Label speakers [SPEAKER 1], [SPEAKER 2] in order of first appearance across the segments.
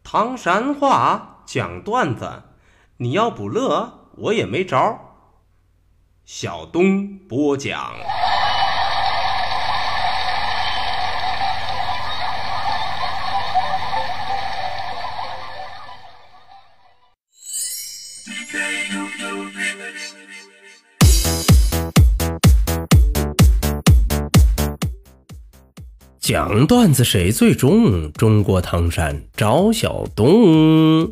[SPEAKER 1] 唐山话讲段子，你要不乐，我也没招。小东播讲。讲段子谁最重？中国唐山赵小东。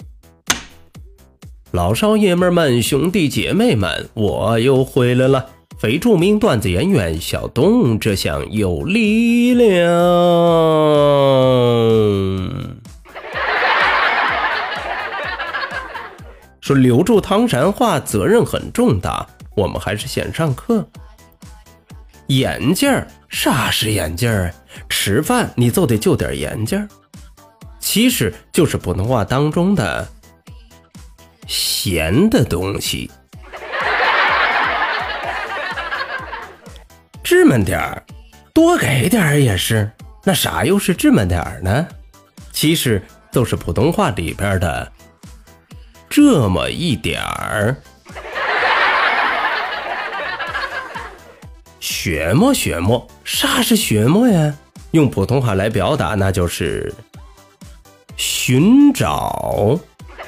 [SPEAKER 1] 老少爷们们，兄弟姐妹们，我又回来了。非著名段子演员小东，这厢有力量。说留住唐山话责任很重大，我们还是先上课。眼镜儿，啥是眼镜儿？吃饭你就得就点眼镜儿，其实就是普通话当中的咸的东西。芝麻点儿，多给点儿也是，那啥又是芝麻点儿呢？其实都是普通话里边的这么一点儿。学么学么，啥是学么呀？用普通话来表达，那就是寻找。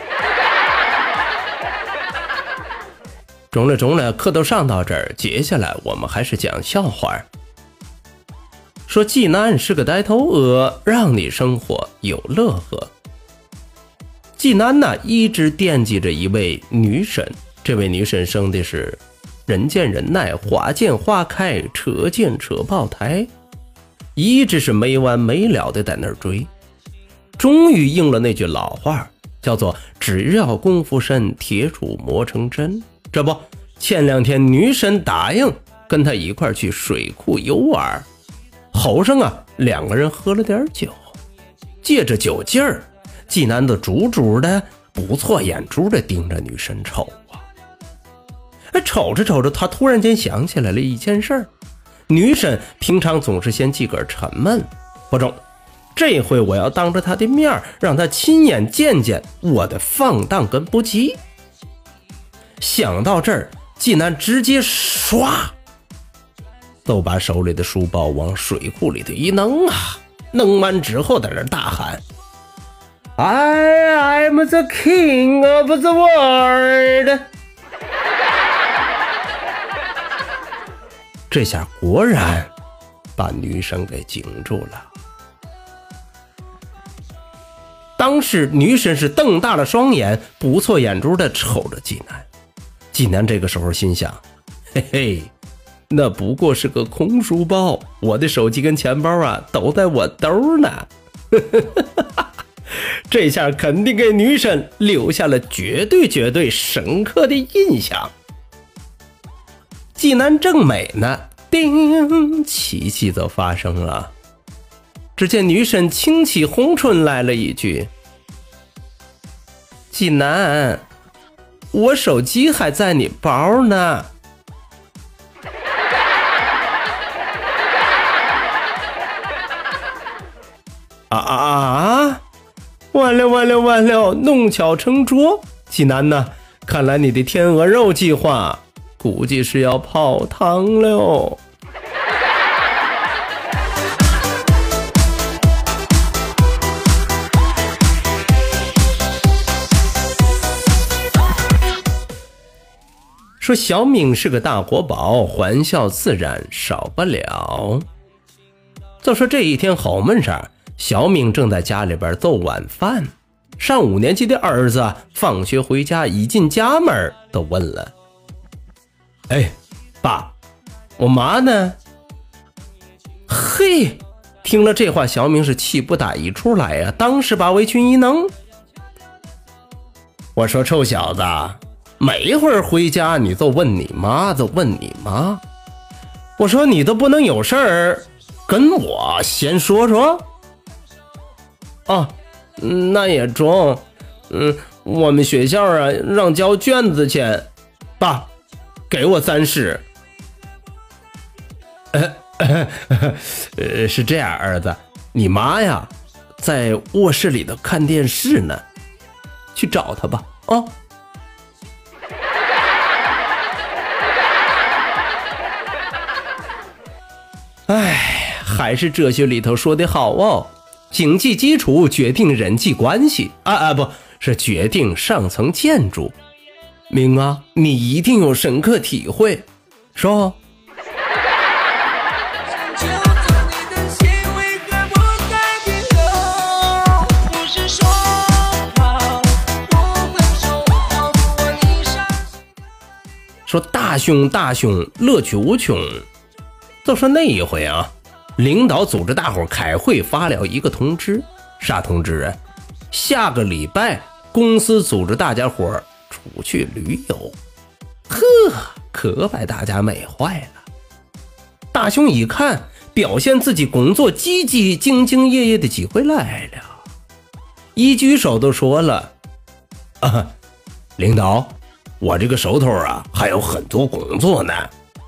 [SPEAKER 1] 中了，课都上到这儿，接下来我们还是讲笑话。说济南是个呆头鹅，让你生活有乐呵。济南呢，一直惦记着一位女神，这位女神生的是人见人爱，花见花开，车见车爆胎，一直是没完没了的在那儿追。终于应了那句老话，叫做只要功夫深，铁杵磨成针。这不，前两天女神答应跟他一块去水库游玩，后生啊，两个人喝了点酒，借着酒劲儿，济南的猪猪的不错眼珠的盯着女神瞅啊。瞅着瞅着，他突然间想起来了一件事儿。女神平常总是嫌自个儿沉闷，不中，这回我要当着她的面让她亲眼见见我的放荡跟不羁。想到这儿，济南直接唰都把手里的书包往水库里头一扔啊，弄完之后在那大喊 I am the king of the world。这下果然把女神给惊住了。当时女神是瞪大了双眼，不错眼珠的瞅着济南。济南这个时候心想，嘿嘿，那不过是个空书包，我的手机跟钱包啊都在我兜呢。这下肯定给女神留下了绝对深刻的印象。济南正美呢，叮，奇迹就发生了。只见女神轻启红唇来了一句，济南，我手机还在你包呢。完了，弄巧成拙。济南呢，看来你的天鹅肉计划估计是要泡汤了。说小敏是个大活宝，欢笑自然少不了。就说这一天好闷上，小敏正在家里边做晚饭，上5年级的儿子放学回家一进家门都问了，哎，爸，我妈呢？嘿，听了这话，小敏是气不打一处来呀，当时把围裙一弄。我说臭小子，每会儿回家你就问你妈，我说你都不能有事儿跟我先说说。哦，那也中。我们学校啊让交卷子钱，爸，给我30。是这样，儿子，你妈呀在卧室里头看电视呢，去找他吧啊！哎，还是哲学里头说的好哦，经济基础决定人际关系不是决定上层建筑。明啊，你一定有深刻体会，是吧？说大凶乐趣无穷。就说那一回啊，领导组织大伙开会，发了一个通知。啥通知啊？下个礼拜公司组织大家伙出去旅游。呵，可把大家美坏了。大雄一看，表现自己工作积极兢兢业业的机会来了，一举手都说了领导，我这个手头啊还有很多工作呢。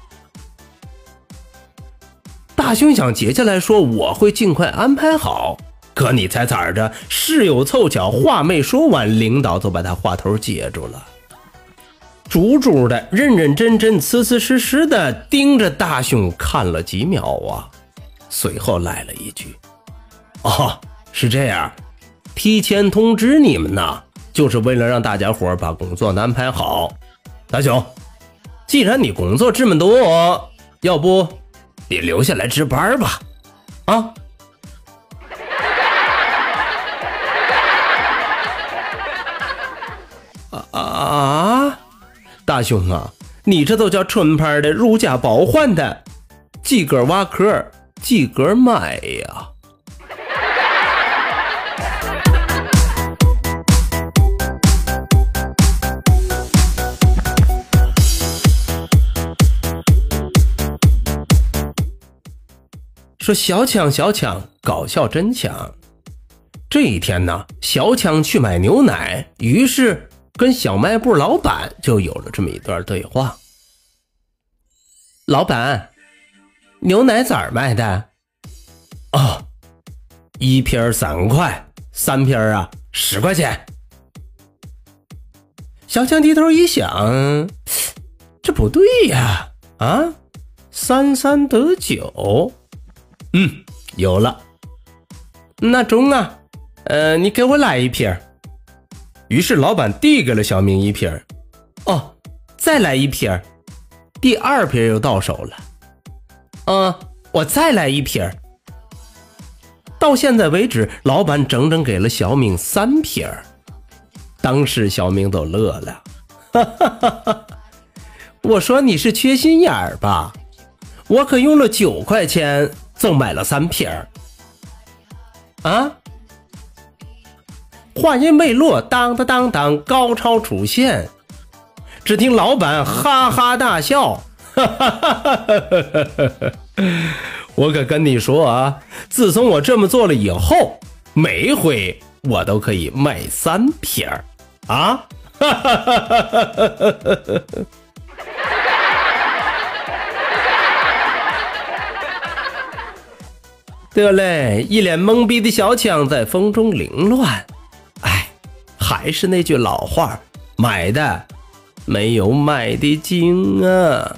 [SPEAKER 1] 大雄想接下来说我会尽快安排好，可你猜咋着，事有凑巧，话没说完，领导就把他话头接住了，足足的认认真真踏踏实实的盯着大雄看了几秒啊，随后来了一句是这样，提前通知你们呢，就是为了让大家伙把工作安排好。大雄，既然你工作这么多，要不你留下来值班吧大雄啊，你这都叫春牌的如假包换的，自个儿挖壳自个儿买呀。说小强搞笑真强。这一天呢，小强去买牛奶，于是跟小卖部老板就有了这么一段对话。老板，牛奶咋儿卖的？一瓶3块，3瓶啊10块钱。小强低头一想，这不对呀，3得9。有了。那中啊，你给我来一瓶。于是老板递给了小明一瓶。再来一瓶。第2瓶又到手了。我再来一瓶。到现在为止，老板整整给了小明3瓶。当时小明都乐了。我说你是缺心眼儿吧？我可用了9块钱就买了3瓶。话音未落，当当当当，高潮出现。只听老板哈哈大笑。我可跟你说啊，自从我这么做了以后，每一回我都可以卖3瓶得嘞，一脸懵逼的小强在风中凌乱。还是那句老话，买的没有卖的精啊。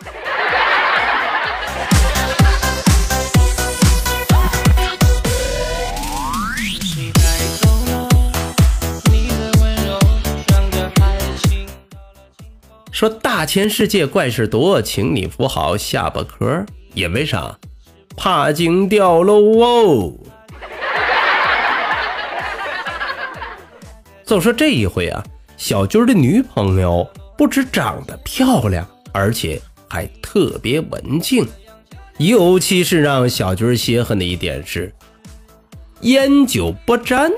[SPEAKER 1] 说大千世界怪事多，请你扶好下巴壳，因为啥？怕惊掉喽哦。就说这一回啊，小军的女朋友不止长得漂亮，而且还特别文静。尤其是让小军稀罕的一点是烟酒不沾。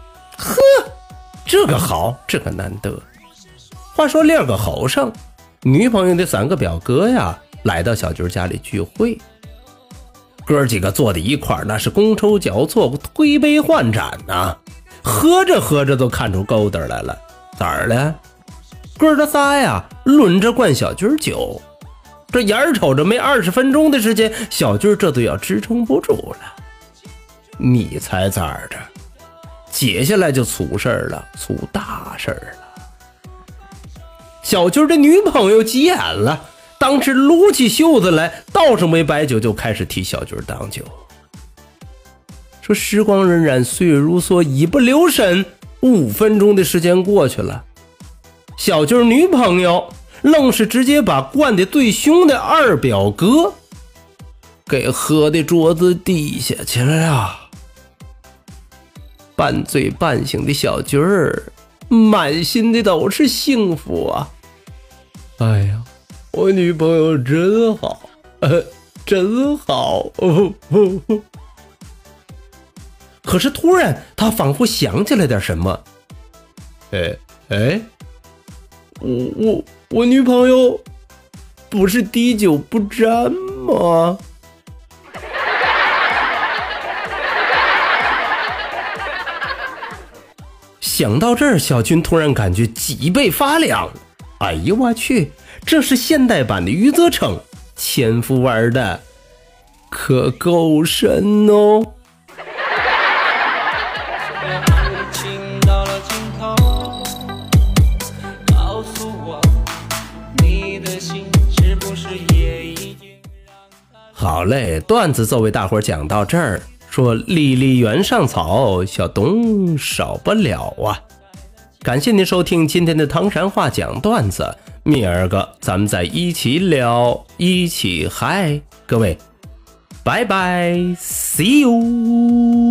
[SPEAKER 1] 这个好，这个难得。话说2个后生，女朋友的3个表哥呀，来到小军家里聚会。哥几个坐在一块儿，那是觥筹交错，推杯换盏呐。喝着喝着都看出勾搭来了。咋儿了？哥这仨呀，轮着灌小军酒。这眼瞅着没20分钟的时间，小军这都要支撑不住了。 你猜咋的？接下来就出事儿了，出大事儿了。小军的女朋友急眼了，当时撸起袖子来，倒上杯白酒就开始替小军挡酒。说时光荏苒，岁月如梭，一不留神5分钟的时间过去了，小军女朋友愣是直接把灌得最凶的二表哥给喝的桌子底下去了。半醉半醒的小军儿满心的都是幸福啊！哎呀，我女朋友真好，真好。可是突然他仿佛想起来点什么，我女朋友不是滴酒不沾吗？想到这儿，小军突然感觉脊背发凉。哎呦我去，这是现代版的余则成，前夫玩的可够深哦。好嘞，段子就为大伙讲到这儿。说粒粒原上草，小东少不了啊！感谢您收听今天的唐山话讲段子，明儿个咱们再一起聊，一起嗨，各位，拜拜 ，see you。